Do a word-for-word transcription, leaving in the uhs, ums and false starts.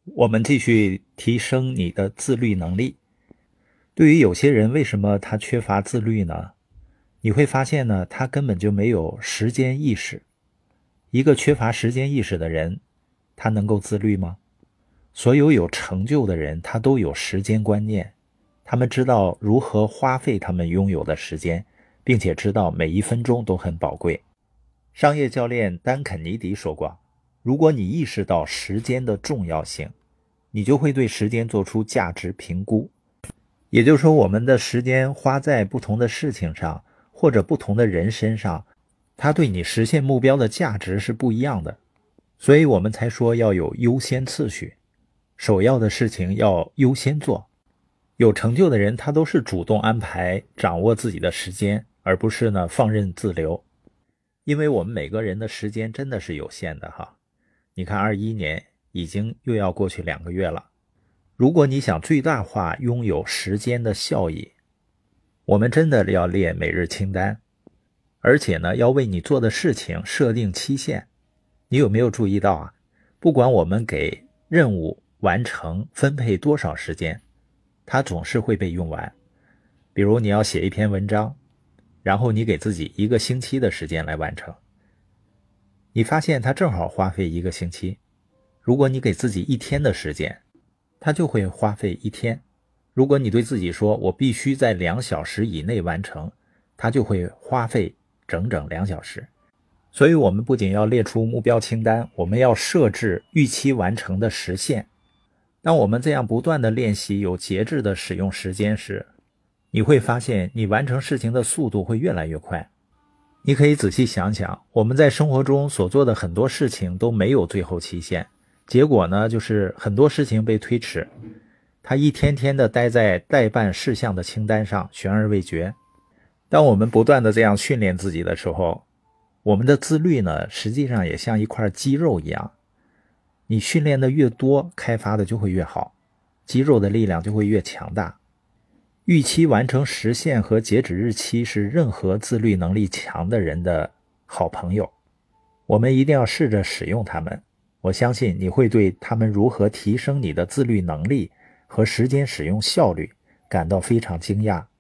我们继续提升你的自律能力。对于有些人，为什么他缺乏自律呢？你会发现呢，他根本就没有时间意识。一个缺乏时间意识的人，他能够自律吗？所有有成就的人，他都有时间观念，他们知道如何花费他们拥有的时间，并且知道每一分钟都很宝贵。商业教练丹肯尼迪说过，如果你意识到时间的重要性，你就会对时间做出价值评估。也就是说，我们的时间花在不同的事情上，或者不同的人身上，它对你实现目标的价值是不一样的。所以我们才说要有优先次序，首要的事情要优先做。有成就的人，他都是主动安排，掌握自己的时间，而不是呢放任自流。因为我们每个人的时间真的是有限的哈。你看二一年已经又要过去两个月了。如果你想最大化拥有时间的效益，我们真的要列每日清单，而且呢要为你做的事情设定期限。你有没有注意到啊？不管我们给任务完成分配多少时间，它总是会被用完。比如你要写一篇文章，然后你给自己一个星期的时间来完成，你发现它正好花费一个星期。如果你给自己一天的时间，它就会花费一天。如果你对自己说我必须在两小时以内完成，它就会花费整整两小时。所以我们不仅要列出目标清单，我们要设置预期完成的时限。当我们这样不断的练习有节制的使用时间时，你会发现你完成事情的速度会越来越快。你可以仔细想想，我们在生活中所做的很多事情都没有最后期限，结果呢，就是很多事情被推迟，它一天天的待在待办事项的清单上，悬而未决。当我们不断的这样训练自己的时候，我们的自律呢，实际上也像一块肌肉一样，你训练的越多，开发的就会越好，肌肉的力量就会越强大。预期完成时限和截止日期是任何自律能力强的人的好朋友，我们一定要试着使用它们。我相信你会对他们如何提升你的自律能力和时间使用效率感到非常惊讶。